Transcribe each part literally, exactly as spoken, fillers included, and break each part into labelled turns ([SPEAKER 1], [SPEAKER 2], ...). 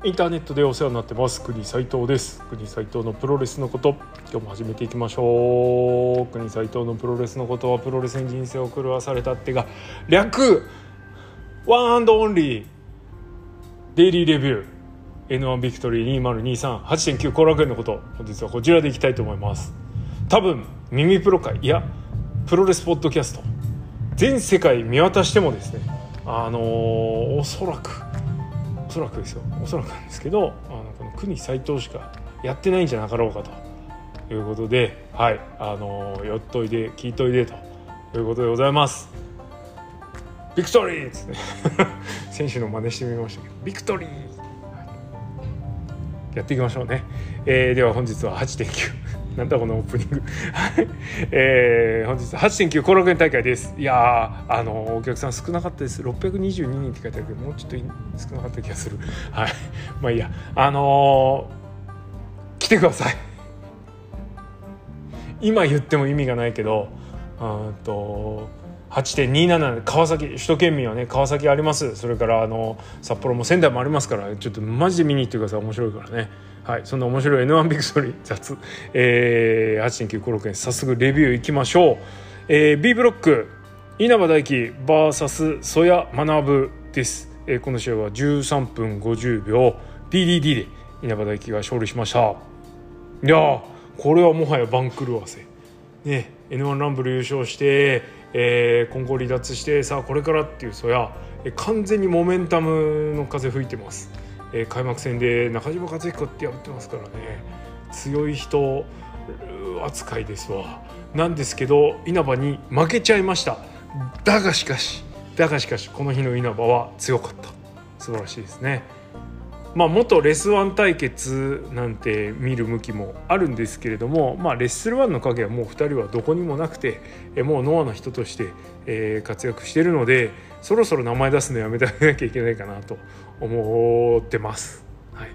[SPEAKER 1] インターネットでお世話になってます国斉藤です。国斉藤のプロレスのこと、今日も始めていきましょう。国斉藤のプロレスのことは、プロレスに人生を狂わされたってが略、ワンアンドオンリーデイリーレビュー エヌワン ビクトリーにせんにじゅうさん はちてんきゅう 後楽園のこと、本日はこちらでいきたいと思います。多分耳プロ界、いやプロレスポッドキャスト全世界見渡してもですね、あのー、おそらくおそらくですよおそらくなんですけど、あのこの国斉藤しかやってないんじゃなかろうかということで、はい、あのー、寄っといで聞いといでということでございます。ビクトリーですね選手の真似してみましたけど、ビクトリー、はい、やっていきましょうね。えー、では本日は はちてんきゅう なんだこのオープニングえー、本日 はちてんきゅう 後楽園大会です。いやー、あのー、お客さん少なかったです。ろっぴゃくにじゅうににんって書いてあるけど、もうちょっと少なかった気がする。はい、まあいいや、あのー、来てください今言っても意味がないけど、うんと はちてんにじゅうなな 川崎、首都圏民はね川崎あります。それからあの札幌も仙台もありますから、ちょっとマジで見に行ってください。面白いからね。はい、そんな面白い エヌワン ビクトリー雑、えー、はちてんきゅう 後楽園、早速レビューいきましょう。えー、B ブロック、稲葉大輝 ブイエス 曽谷学です。えー、この試合はじゅうさんぷんごじゅうびょう ピーディーディー で稲葉大輝が勝利しました。いやー、これはもはや番狂わせね。 エヌワン ランブル優勝して、えー、今後離脱して、さあこれからっていう曽谷、えー、完全にモメンタムの風吹いてます。えー、開幕戦で中島和彦ってやってますからね、強い人扱いですわ。なんですけど稲葉に負けちゃいました。だがしかしだがしかしこの日の稲葉は強かった。素晴らしいですね。まあ、元レスワン対決なんて見る向きもあるんですけれども、まあ、レッスルワンの影はもうふたりはどこにもなくて、えもうノアの人として、えー、活躍しているので、そろそろ名前出すのやめてあげなきゃいけないかなと思ってます。はい、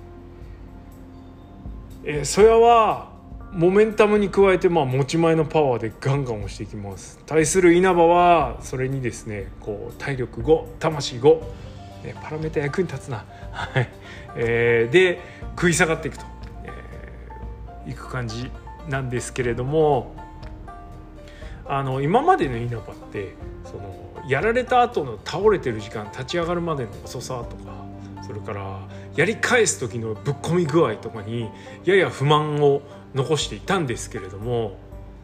[SPEAKER 1] えー、曽谷はモメンタムに加えて、まあ、持ち前のパワーでガンガン押していきます。対する稲葉はそれにですね、こう体力ご、魂ご、ね、パラメータ役に立つな、はいえー、で食い下がっていくと、えー、いく感じなんですけれども、あの今までの稲葉ってそのやられた後の倒れてる時間、立ち上がるまでの遅さとか、それからやり返す時のぶっ込み具合とかにやや不満を残していたんですけれども、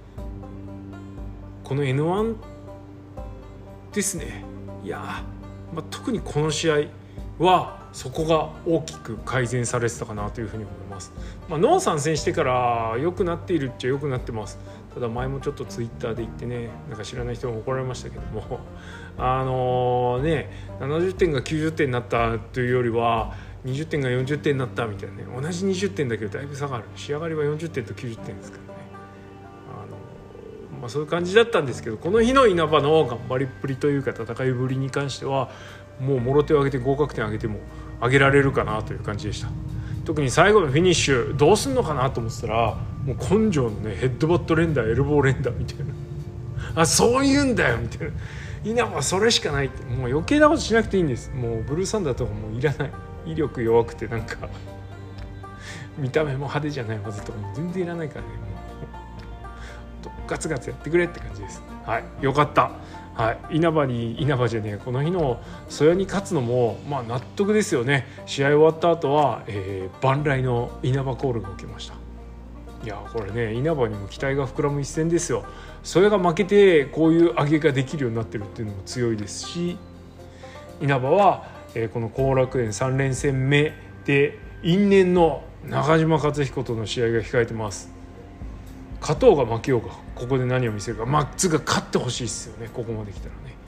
[SPEAKER 1] この エヌワン ですね、いやまあ、特にこの試合はそこが大きく改善されてたかなというふうに思います。まあ、ノア参戦してから良くなっているっちゃ良くなってます。ただ前もちょっとツイッターで言ってね、なんか知らない人も怒られましたけどもあのねななじゅってんがきゅうじゅってんになったというよりはにじゅってんがよんじゅってんになったみたいなね、同じにじゅってんだけどだいぶ差がある。仕上がりはよんじゅってんときゅうじゅってんですからね。あの、まあ、そういう感じだったんですけど、この日の稲葉の頑張りっぷりというか戦いぶりに関してはもうもろ手を挙げて合格点上げても上げられるかなという感じでした。特に最後のフィニッシュどうすんのかなと思ってたら、もう根性のねヘッドバット連打、エルボー連打みたいなあ、そういうんだよみたいな、稲葉はそれしかないって、もう余計なことしなくていいんです。もうブルーサンダーとかもういらない。威力弱くてなんか見た目も派手じゃない技とかも全然いらないからね、もうガツガツやってくれって感じです。はい、よかった。はい、稲葉に稲葉じゃねえこの日の曽谷に勝つのもまあ納得ですよね。試合終わった後は、えー、万来の稲葉コールが起きました。いやこれね、稲葉にも期待が膨らむ一戦ですよ。曽谷が負けてこういう上げができるようになってるっていうのも強いですし、稲葉は、えー、この後楽園さん連戦目で因縁の中島和彦との試合が控えてます。勝とうが負けようがここで何を見せるか、まあつうか勝ってほしいですよね。ここまで来たらね、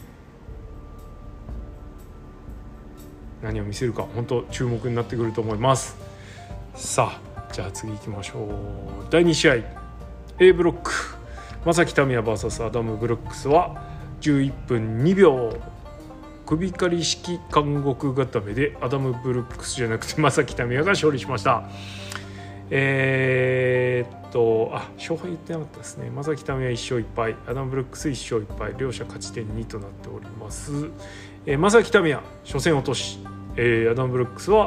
[SPEAKER 1] 何を見せるか本当注目になってくると思います。さあじゃあ次行きましょう。だいに試合 A ブロック、正木民也 ブイエス アダム・ブルックスはじゅういっぷんにびょう首刈り式監獄固めでアダム・ブルックスじゃなくて正木民也が勝利しました。えー、っとあ勝敗言ってなかったですね。正木民也いっしょういっぱい、アダム・ブルックスいっしょういっぱい、両者勝ち点にとなっております。えー、正木民也初戦落とし、えー、アダム・ブルックスは、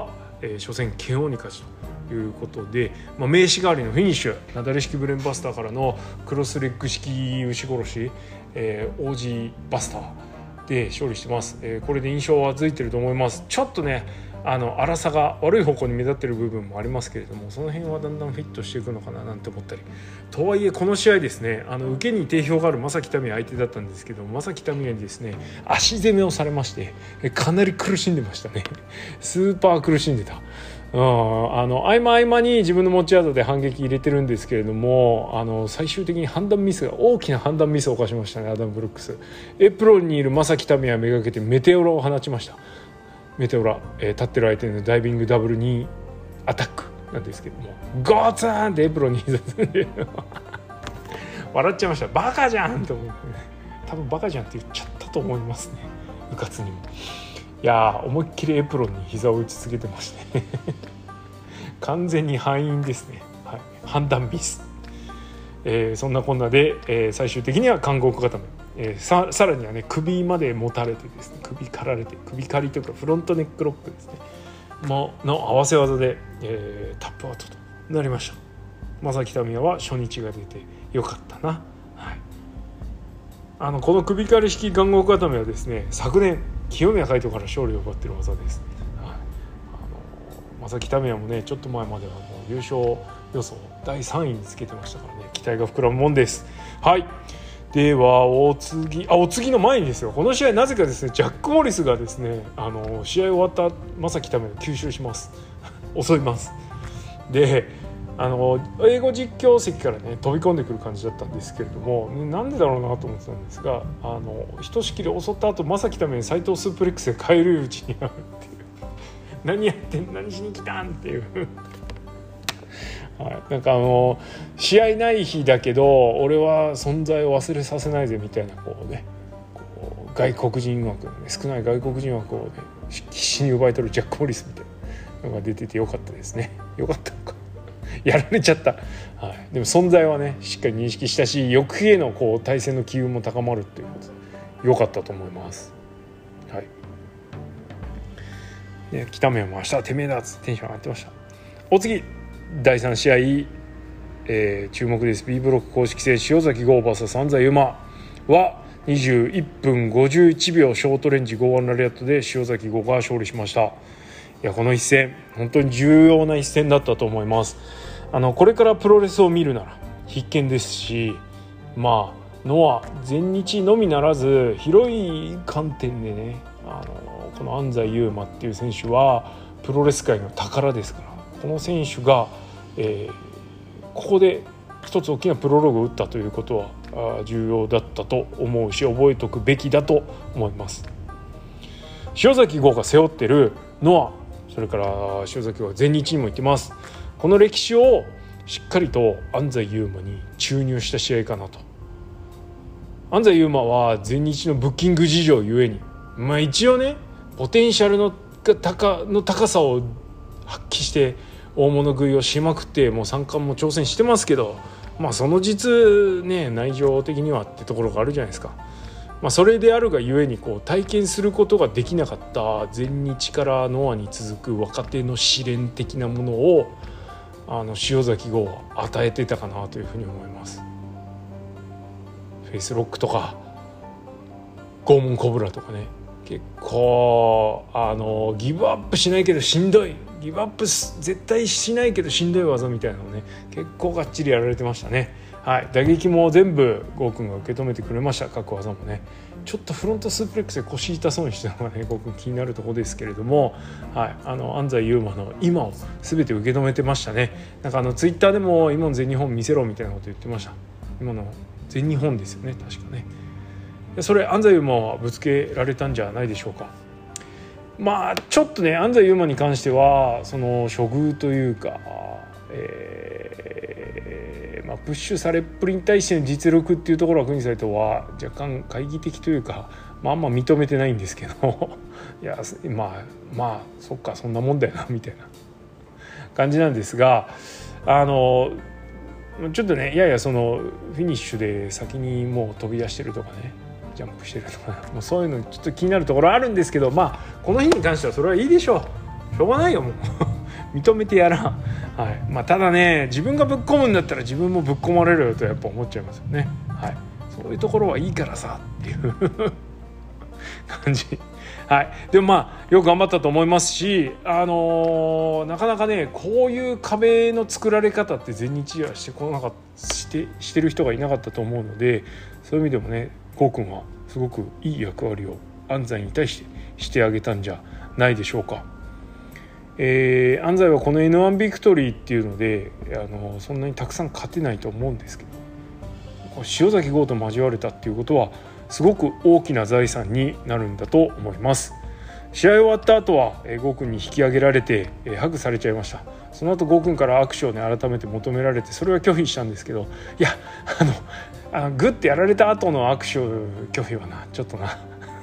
[SPEAKER 1] えー、初戦 ケーオー に勝ちということで、まあ、名刺代わりのフィニッシュ、なだれ式ブレーンバスターからのクロスレッグ式牛殺し、えー、オージーバスターで勝利してます、えー、これで印象はついてると思います。ちょっとねあの粗さが悪い方向に目立ってる部分もありますけれども、その辺はだんだんフィットしていくのかななんて思ったり、とはいえこの試合ですね、あの受けに定評がある正木民也相手だったんですけど、正木民也にですね足攻めをされまして、かなり苦しんでましたねスーパー苦しんでた。うん、あの合間合間に自分の持ち味で反撃入れてるんですけれども、あの最終的に判断ミスが大きな判断ミスを犯しましたね。アダム・ブルックスエプロンにいる正木民也めがけてメテオラを放ちました。メテオラ、えー、立ってる相手のダイビングダブルにアタックなんですけども、ゴーツーンってエプロンに膝つんで笑っちゃいました。バカじゃんと思って、ね、多分バカじゃんって言っちゃったと思いますね、うかつにも。いやー思いっきりエプロンに膝を打ちつけてまして完全に敗因ですね、はい、判断ミス、えー、そんなこんなで、えー、最終的には監獄固め、えー、さ, さらにはね首まで持たれてですね、首刈られて、首刈りというかフロントネックロックですねもの合わせ技で、えー、タップアウトとなりました。正木民也は初日が出てよかったな、はい、あのこの首刈り式監獄固めはですね昨年清宮海斗から勝利を奪っている技です、はい、あの正木民也もねちょっと前まではもう優勝予想だいさんいにつけてましたからね、期待が膨らむもんです。はい、ではお次あお次の前にですよ、この試合なぜかですねジャック・モリスがですねあの試合終わった正木民也を吸収します襲います。であの英語実況席からね飛び込んでくる感じだったんですけれども、なんでだろうなと思ってたんですが、あのひとしきり襲った後正木民也に斉藤スープレックスで返り討ちにあるっていう何やってん何しに来たんっていうはい、なんかあの試合ない日だけど俺は存在を忘れさせないぜみたいなこうねこう外国人枠、ね、少ない外国人枠を、ね、必死に奪い取るジャック・モリスみたいなのが出ててよかったですね。よかったのかやられちゃった、はい、でも存在はねしっかり認識したし、翌へのこう対戦の機運も高まるっていうことでよかったと思います。はい。ね、北目も明日はてめえだっつってテンション上がってました。お次だいさん試合、えー、注目です。 B ブロック公式戦塩崎豪 ブイエス 安西優真はにじゅういっぷんごじゅういちびょうショートレンジ剛腕ラリアットで塩崎豪が勝利しました。いやこの一戦本当に重要な一戦だったと思います。あのこれからプロレスを見るなら必見ですし、まあノア全日のみならず広い観点でね、あのこの安西優真っていう選手はプロレス界の宝ですから、この選手が、えー、ここで一つ大きなプロローグを打ったということは重要だったと思うし、覚えておくべきだと思います。塩崎豪が背負ってるノア、それから塩崎豪が全日にも行ってます。この歴史をしっかりと安西優真に注入した試合かなと。安西優真は全日のブッキング事情ゆえに、まあ、一応ねポテンシャルの高の高さを発揮して大物食いをしまくってもう三冠も挑戦してますけど、まあその実ね内情的にはってところがあるじゃないですか。まあ、それであるがゆえにこう体験することができなかった全日からノアに続く若手の試練的なものをあの塩崎豪は与えてたかなというふうに思います。フェイスロックとか拷問コブラとかね、結構あのギブアップしないけどしんどい、ギブアップ絶対しないけどしんどい技みたいなのをね結構がっちりやられてましたね。はい、打撃も全部ゴーくんが受け止めてくれました。各技もね、ちょっとフロントスープレックスで腰痛そうにしてたのがねゴーくん気になるところですけれども、はい、あの安西優真の今を全て受け止めてましたね。なんかあのツイッターでも今の全日本見せろみたいなこと言ってました。今の全日本ですよね確かね。それ安西優真はぶつけられたんじゃないでしょうか。まあちょっとね安西優真に関してはその処遇というか、えーまあ、プッシュされっぷりに対しての実力っていうところは国際とは若干懐疑的というか、まあ、あんま認めてないんですけどいやまあまあそっかそんなもんだよなみたいな感じなんですが、あのちょっとねややそのフィニッシュで先にもう飛び出してるとかねジャンプしてるとか、もうそういうのちょっと気になるところあるんですけど、まあこの日に関してはそれはいいでしょう。しょうがないよもう認めてやらん、はいまあ、ただね自分がぶっ込むんだったら自分もぶっ込まれるよとやっぱ思っちゃいますよね、はい、そういうところはいいからさっていう感じ、はい、でもまあよく頑張ったと思いますし、あのー、なかなかねこういう壁の作られ方って全日はしてこなかったしてしてる人がいなかったと思うので、そういう意味でもねゴーくんはすごくいい役割を安西に対してしてあげたんじゃないでしょうか。えー、安西はこの エヌワン ビクトリーっていうのであのそんなにたくさん勝てないと思うんですけど、塩崎豪と交われたっていうことはすごく大きな財産になるんだと思います。試合終わった後はゴーくんに引き上げられてハグされちゃいました。その後ゴーくんから握手をね改めて求められて、それは拒否したんですけど、いやあのあのグッてやられた後の握手拒否はなちょっとな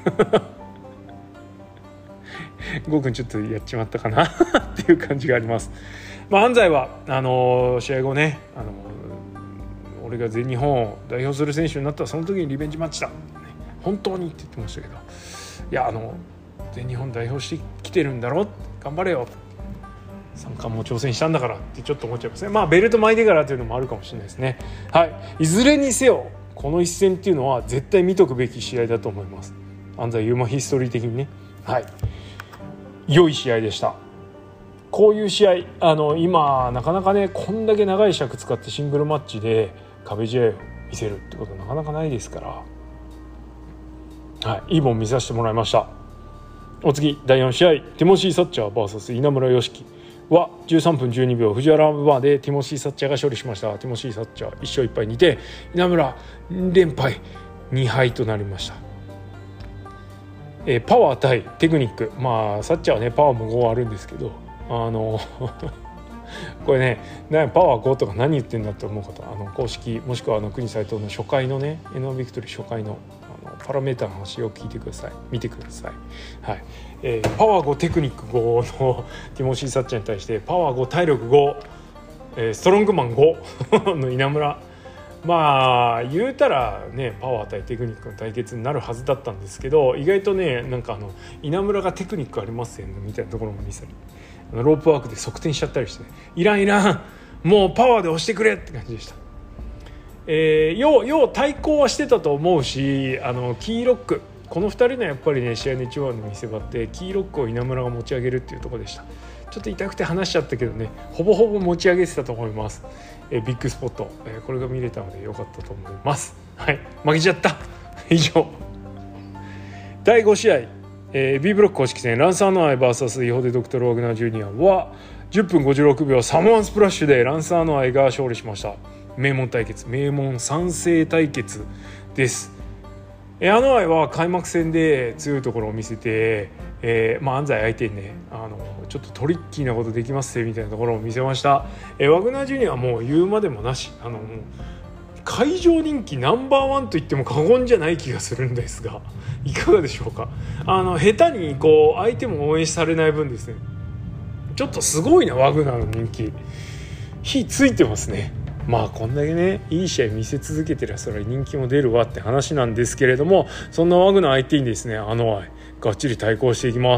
[SPEAKER 1] ゴーくんちょっとやっちまったかなっていう感じがあります。まあ、安西はあの試合後ね、あの俺が全日本を代表する選手になったらその時にリベンジマッチだ、ね、本当にって言ってましたけど、いやあの全日本代表してきてるんだろ、頑張れよ、三冠も挑戦したんだからってちょっと思っちゃいますね。まあベルト巻いてからというのもあるかもしれないですね。はい、いずれにせよこの一戦っていうのは絶対見とくべき試合だと思います。安西ユーマヒストリー的にね、はい良い試合でした。こういう試合あの今なかなかねこんだけ長い尺使ってシングルマッチで壁試合を見せるってことなかなかないですから、はい、いいもん見させてもらいました。お次だいよん試合ティモシー・サッチャー ブイエス 稲村良樹はじゅうさんぷんじゅうにびょう藤原バーでティモシー・サッチャーが勝利しました。ティモシー・サッチャーいっ勝いっ敗にて稲村連敗に敗となりました。えー、パワー対テクニック、まあサッチャーはねパワーもごあるんですけど、あのこれねパワーごとか何言ってんだって思う方、あの公式もしくはあの国斉藤の初回のね エヌワン ビクトリー初回のあのパラメーターの話を聞いてください、見てください、はいえー、パワーごテクニックごのティモシー・サッチャーに対してパワーご体力ご、えー、ストロングマンごの稲村、まあ言うたらねパワー対テクニックの対決になるはずだったんですけど、意外とねなんかあの稲村がテクニックありますよねみたいなところも見せたり、ロープワークで側転しちゃったりして、ね、いらんいらんもうパワーで押してくれって感じでした。えー、ようよう対抗はしてたと思うし、あのキーロックこのふたりのやっぱりね試合の一番の見せ場ってキーロックを稲村が持ち上げるっていうところでした。ちょっと痛くて話しちゃったけどねほぼほぼ持ち上げてたと思います。えー、ビッグスポット、えー、これが見れたので良かったと思います。はい負けちゃった以上だいご試合、えー、B ブロック公式戦ランサーノアイ ブイエス イホデドクトル・ワグナージュニアはじゅっぷんごじゅうろくびょうサモアンスプラッシュでランサーノアイが勝利しました。名門対決名門三世対決です。アノアイは開幕戦で強いところを見せて、えーまあ、安西相手にねあのちょっとトリッキーなことできますねみたいなところを見せました。えー、ワグナージュニアはもう言うまでもなし、あのもう会場人気ナンバーワンと言っても過言じゃない気がするんですがいかがでしょうか。あの下手にこう相手も応援されない分ですねちょっとすごいなワグナーの人気火ついてますね。まあこんだけねいい試合見せ続けてりゃそれは人気も出るわって話なんですけれども、そんなワグナー相手にですねアノアイがっちり対抗していきます。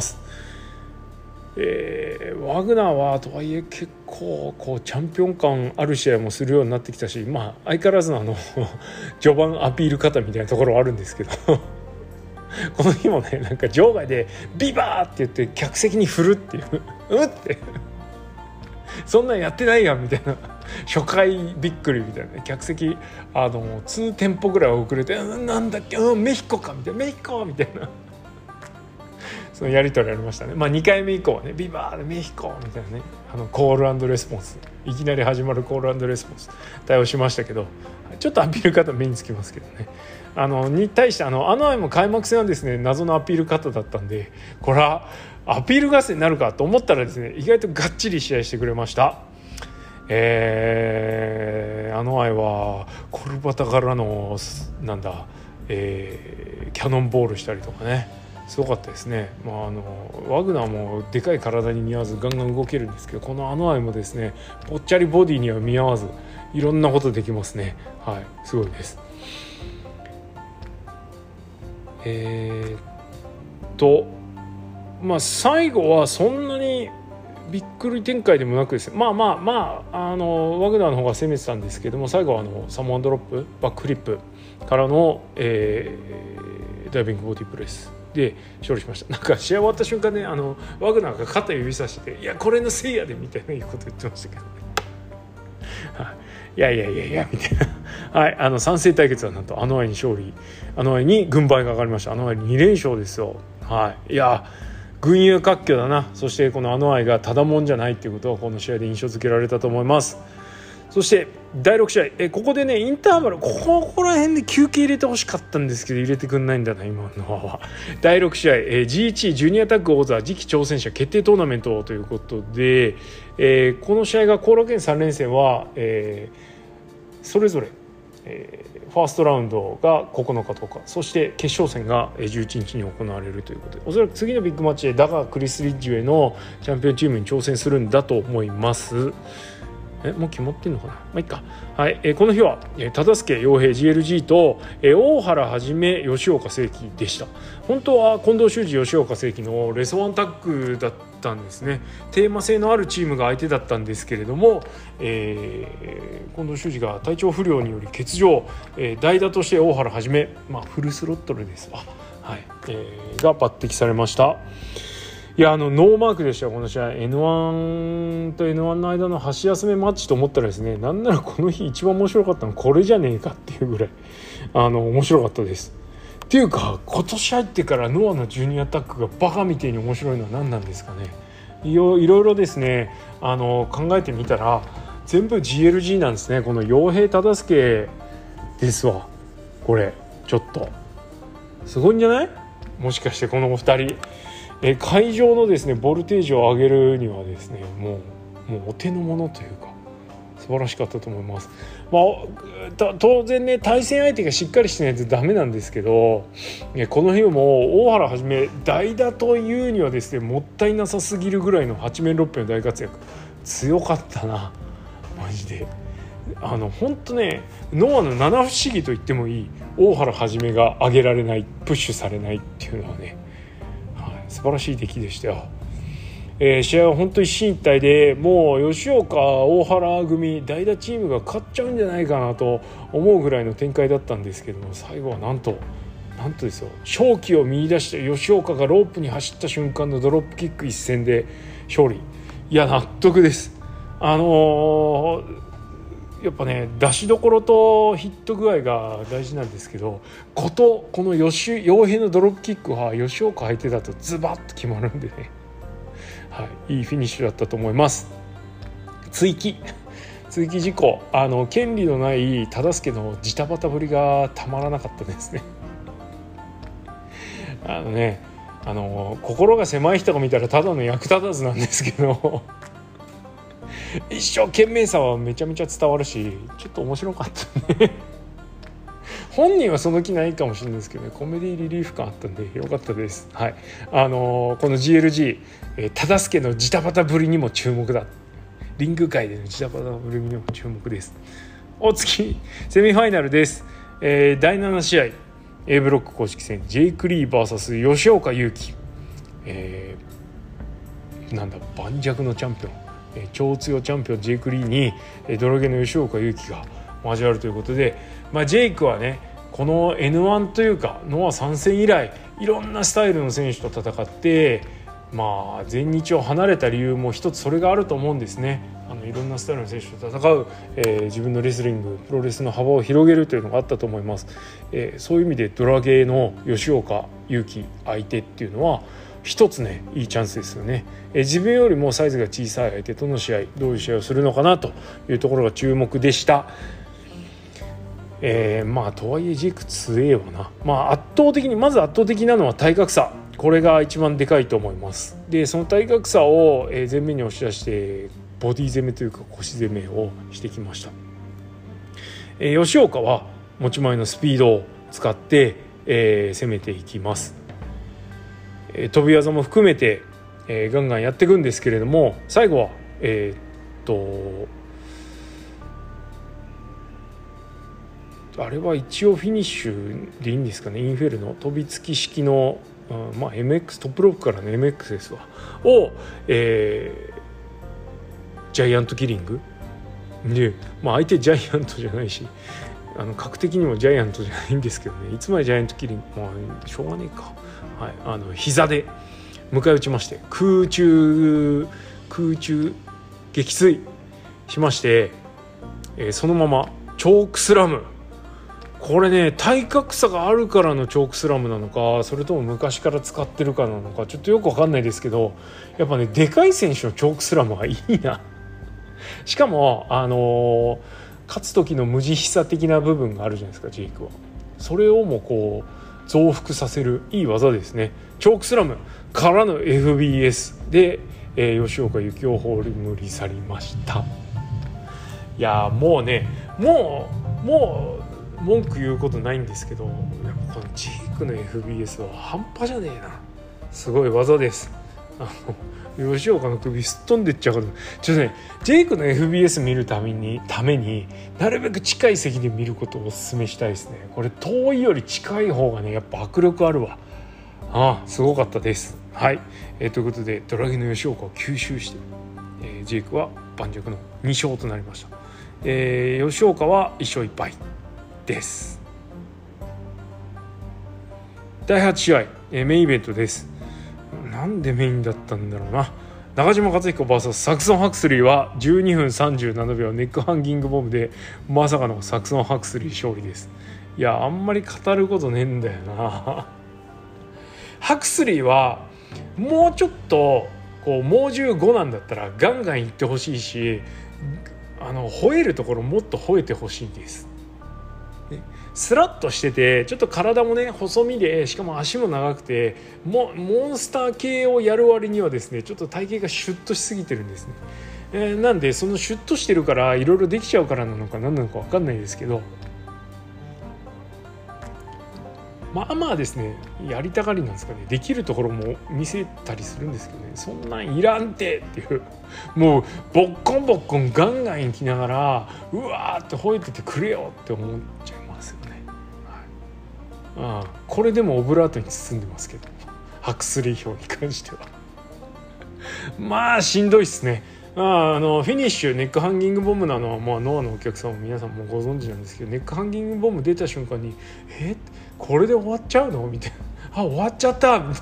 [SPEAKER 1] えー、ワグナーはとはいえ結構こうチャンピオン感ある試合もするようになってきたし、まあ相変わらずのあの序盤アピール方みたいなところはあるんですけどこの日もねなんか場外でビバーって言って客席に振るっていううんってそんなんやってないやんみたいな初回びっくりみたいな、客席あのにテンポぐらい遅れてうんなんだっけ、うん、メヒコかみたいなメヒコみたいなそのやり取りありましたね。まあにかいめ以降はねビバーでメヒコみたいなねあのコール&レスポンスいきなり始まるコール&レスポンス対応しましたけど、ちょっとアピール方目につきますけどね、あのに対してあのアノアイも開幕戦はですね謎のアピール方だったんで、これはアピール合戦になるかと思ったらですね意外とがっちり試合してくれました。えー、アノアイはコルバタからのなんだ、えー、キャノンボールしたりとかねすごかったですね。まあ、あのワグナーもでかい体に見合わずガンガン動けるんですけど、このアノアイもですねぽっちゃりボディには見合わずいろんなことできますね。はい、すごいです。えー、っとまあ最後はそんなにびっくり展開でもなくですね、まあまあまあ、あのワグナーの方が攻めてたんですけども、最後はあのサモアンドロップバックフリップからの、えー、ダイビングボディプレスで勝利しました。なんか試合終わった瞬間ね、あのワグナーが肩指さしていやこれのせいやでみたいなこと言ってましたけどねいやいやいやいやみたいなはい、あの三世対決はなんとあの愛に勝利、あの愛に軍配が上がりました。あの愛に連勝ですよ。はい、いや群雄割拠だな。そしてこのあの愛がただもんじゃないっていうことはこの試合で印象付けられたと思います。そしてだいろく試合、えここでねインターバル、ここら辺で休憩入れてほしかったんですけど入れてくんないんだな今のは。だいろく試合、え ジーワン ジュニアタッグ王座次期挑戦者決定トーナメントということで、えー、この試合が後楽園さん連戦は、えー、それぞれ、えー、ファーストラウンドがここのかとおか、そして決勝戦がじゅういちにちに行われるということで、おそらく次のビッグマッチでダガー・クリス・リッジウェイのチャンピオンチームに挑戦するんだと思います。えもう決まってんのかな、まあいいか。はい、えー、この日は、えー、忠相陽平 ジーエルジー と、えー、大原はじめ吉岡聖輝でした。本当は近藤修二吉岡聖輝のレソワンタッグだったんですね。テーマ性のあるチームが相手だったんですけれども、えー、近藤修二が体調不良により欠場、えー、代打として大原はじめ、まあ、フルスロットルですわ、はい、えー、が抜擢されました。いやあのノーマークでしたよこの試合。 エヌワン と エヌワン の間の箸休めマッチと思ったらですね、なんならこの日一番面白かったのこれじゃねえかっていうぐらいあの面白かったです。っていうか今年入ってからノアのジュニアタッグがバカみたいに面白いのは何なんですかね。いろいろですねあの考えてみたら全部 ジーエルジー なんですね。この陽平忠介ですわ。これちょっとすごいんじゃない？もしかしてこのお二人え会場のですねボルテージを上げるにはですねもう、もうお手の物というか素晴らしかったと思います。まあ、当然ね対戦相手がしっかりしてないとダメなんですけど、この日も大原はじめ代打というにはですねもったいなさすぎるぐらいの八面六臂の大活躍強かったなマジで。あの本当ねノアの七不思議と言ってもいい大原はじめが上げられないプッシュされないっていうのはね、はい、素晴らしい出来でしたよ。えー、試合は本当一進一退でもう吉岡大原組代打チームが勝っちゃうんじゃないかなと思うぐらいの展開だったんですけども、最後はなんとなんとですよ勝機を見出して吉岡がロープに走った瞬間のドロップキック一戦で勝利。いや納得です。あのーやっぱね出しどころとヒット具合が大事なんですけど、ことこの吉陽平のドロップキックは吉岡相手だとズバッと決まるんでね、はい、いいフィニッシュだったと思います。追記追記事項、あの権利のない忠相のジタバタぶりがたまらなかったですねあのねあの心が狭い人が見たらただの役立たずなんですけど一生懸命さはめちゃめちゃ伝わるしちょっと面白かったね本人はその気ないかもしれないですけどね、コメディリリーフ感あったんでよかったです。はい、あのー、この ジーエルジー、えー、忠相のジタバタぶりにも注目だ。リング界でのジタバタぶりにも注目です。お次セミファイナルです。えー、だいなな試合 A ブロック公式戦ジェイク・リー ブイエス 吉岡優輝、えー、なんだ盤石のチャンピオン、超強チャンピオンジェイク・リーに泥毛の吉岡優輝が交わるということで、まあ、ジェイクはねこの エヌワン というかノア参戦以来いろんなスタイルの選手と戦って、まあ、全日を離れた理由も一つそれがあると思うんですね。あのいろんなスタイルの選手と戦う、えー、自分のレスリングプロレスの幅を広げるというのがあったと思います。えー、そういう意味でドラゲーの吉岡優輝相手っていうのは一つねいいチャンスですよね。え自分よりもサイズが小さい相手との試合どういう試合をするのかなというところが注目でした。えー、まあとはいえジェイク強えわな。まあ圧倒的にまず圧倒的なのは体格差、これが一番でかいと思います。でその体格差を前面に押し出してボディ攻めというか腰攻めをしてきました。えー、吉岡は持ち前のスピードを使って、えー、攻めていきます。飛び技も含めて、えー、ガンガンやっていくんですけれども、最後はえー、っとあれは一応フィニッシュでいいんですかね。インフェルの飛びつき式の、うんまあ、エムエックス トップロープからの エムエックス ですわを、えジャイアントキリングで、まあ、相手ジャイアントじゃないし、あの格的にもジャイアントじゃないんですけどね、いつまでジャイアントキリング、まあしょうがねえか、はい、あの膝で迎え撃ちまして、空中空中撃墜しまして、えー、そのままチョークスラム。これね、体格差があるからのチョークスラムなのか、それとも昔から使ってるかなのか、ちょっとよく分かんないですけど、やっぱねでかい選手のチョークスラムはいいな。しかもあのー、勝つ時の無慈悲さ的な部分があるじゃないですか、ジェイクは。それをもこう増幅させるいい技ですね。チョークスラムからの エフビーエス で、えー、吉岡由紀夫を葬り去りました。いやもうね、もうもう文句言うことないんですけど、やっぱこのジェイクの エフビーエス は半端じゃねえな。すごい技です。あの吉岡の首すっ飛んでっちゃうから、ちょっとねジェイクの エフビーエス 見るためにためになるべく近い席で見ることをお勧めしたいですね。これ遠いより近い方がねやっぱ迫力あるわ。ああすごかったです。はい、えー、ということでドラギの吉岡を吸収して、えー、ジェイクは盤石のに勝となりました。えー、吉岡はいっ勝いっ敗です。だいはち試合、えー、メインイベントです。なんでメインだったんだろうな。中島克彦 ブイエス サクソン・ハクスリーはじゅうにふんさんじゅうななびょうネックハンギングボムでまさかのサクソン・ハクスリー勝利です。いやあんまり語ることねえんだよな。ハクスリーはもうちょっとこう猛獣ごなんだったらガンガンいってほしいし、あの吠えるところもっと吠えてほしいです。スラッとしててちょっと体もね細身で、しかも足も長くて、もモンスター系をやる割にはですねちょっと体型がシュッとしすぎてるんですね、えー、なんでそのシュッとしてるからいろいろできちゃうからなのか何なのか分かんないですけど、まあまあですねやりたがりなんですかね。できるところも見せたりするんですけどね、そんなんいらんてっていう、もうボッコンボッコンガンガンいきながらうわーって吠えててくれよって思っちゃいますよね。はい、ああこれでもオブラートに包んでますけど、ハクスリー表に関してはまあしんどいっすね。ああのフィニッシュネックハンギングボムなのは、まあ、ノアのお客さんも皆さんもご存知なんですけど、ネックハンギングボム出た瞬間にえこれで終わっちゃうのみたいな、あ終わっちゃったみたいな、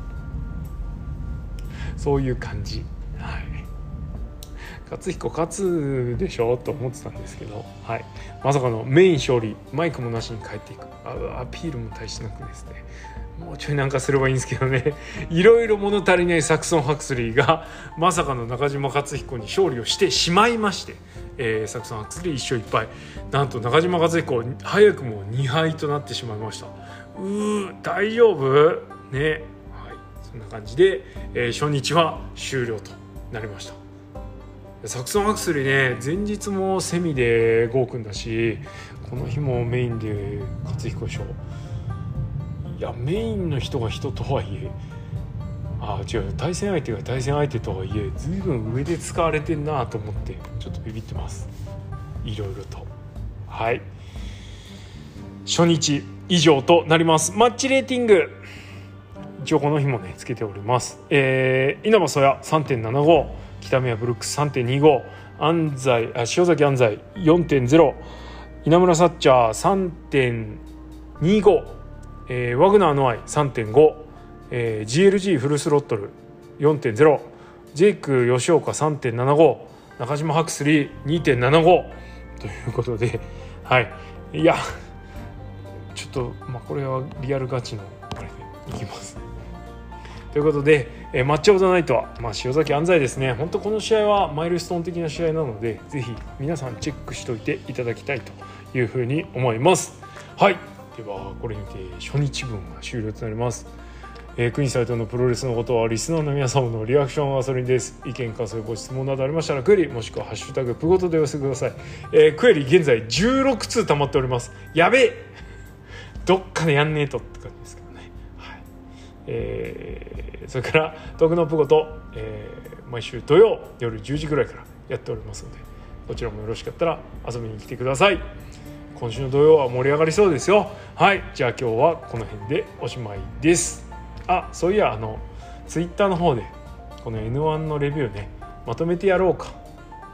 [SPEAKER 1] そういう感じ。はい、勝彦勝つでしょと思ってたんですけど、はい、まさかのメイン勝利、マイクもなしに帰っていく、あアピールも大してなくですね、もうちょいなんかすればいいんですけどね、いろいろ物足りないサクソン・ハクスリーがまさかの中島克彦に勝利をしてしまいまして、えー、サクソン・ハクスリーいっ勝いっ敗、なんと中島克彦早くもに敗となってしまいました。うー大丈夫ね、はい、そんな感じで、えー、初日は終了となりました。サクソン・ハクスリーね前日もセミでゴーくんだし、この日もメインで克彦でしょ。いやメインの人が人とはいえ、あ違う対戦相手が対戦相手とはいえ随分上で使われてんなと思ってちょっとビビってます、いろいろと。はい、初日以上となります。マッチレーティング一応この日もねつけております。えー、稲葉曽谷 さんてんななご、 北宮ブルックス さんてんにご、 安西あ塩崎安西 よんてんゼロ、 稲村サッチャー さんてんにご、えー、ワグナーノアイ さんてんご、えー、ジーエルジー フルスロットル よんてんゼロ、 ジェイク吉岡 さんてんななご、 中島ハクスリー にてんななご ということで、はいいやちょっと、まあ、これはリアルガチのあれでいきますということで、えー、マッチオブザナイトは、まあ、塩崎安西ですね。本当この試合はマイルストーン的な試合なのでぜひ皆さんチェックしておいていただきたいというふうに思います。はい、ではこれにて初日分が終了となります。えー、国サイトのプロレスのことはリスナーの皆様のリアクションはそれです。意見感想ご質問などありましたらクエリもしくはハッシュタグプゴトでお寄せください。えー、クエリ現在じゅうろくつう溜まっております。やべえどっかでやんねえとって感じですけどね。はい、えー、それからトークのプゴト、えー、毎週土曜夜じゅうじぐらいからやっておりますのでこちらもよろしかったら遊びに来てください。今週の土曜は盛り上がりそうですよ。はい、じゃあ今日はこの辺でおしまいです。あ、そういやあのツイッターの方でこの エヌワン のレビューねまとめてやろうか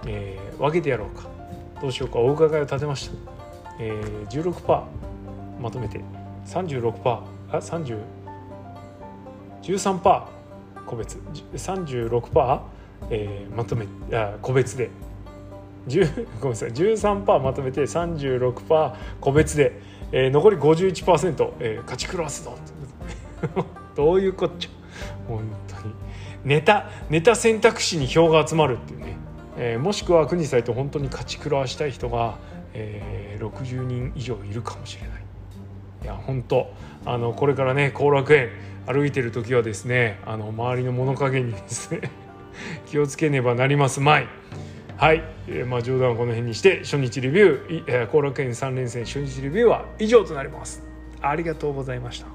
[SPEAKER 1] えー、分けてやろうかどうしようかお伺いを立てました。えー、じゅうろくパーセント まとめて さんじゅうろくパーセント あ30 じゅうさんパーセント 個別 さんじゅうろくパーセント、えー、まとめあ個別でじゅうごめんなさい じゅうさんパーセント まとめて さんじゅうろくパーセント 個別で、えー、残り ごじゅういちパーセント、えー、勝ち狂わすぞどういうこっちゃ本当にネタネタ選択肢に票が集まるっていうね、えー、もしくは国さんと本当に勝ち狂わしたい人が、えー、ろくじゅうにん以上いるかもしれない。いや本当あのこれからね後楽園歩いてる時はですねあの周りの物陰にですね気をつけねばなりますまい。はい、えー、まあ冗談はこの辺にして初日レビュー後楽園さん連戦初日レビューは以上となります。ありがとうございました。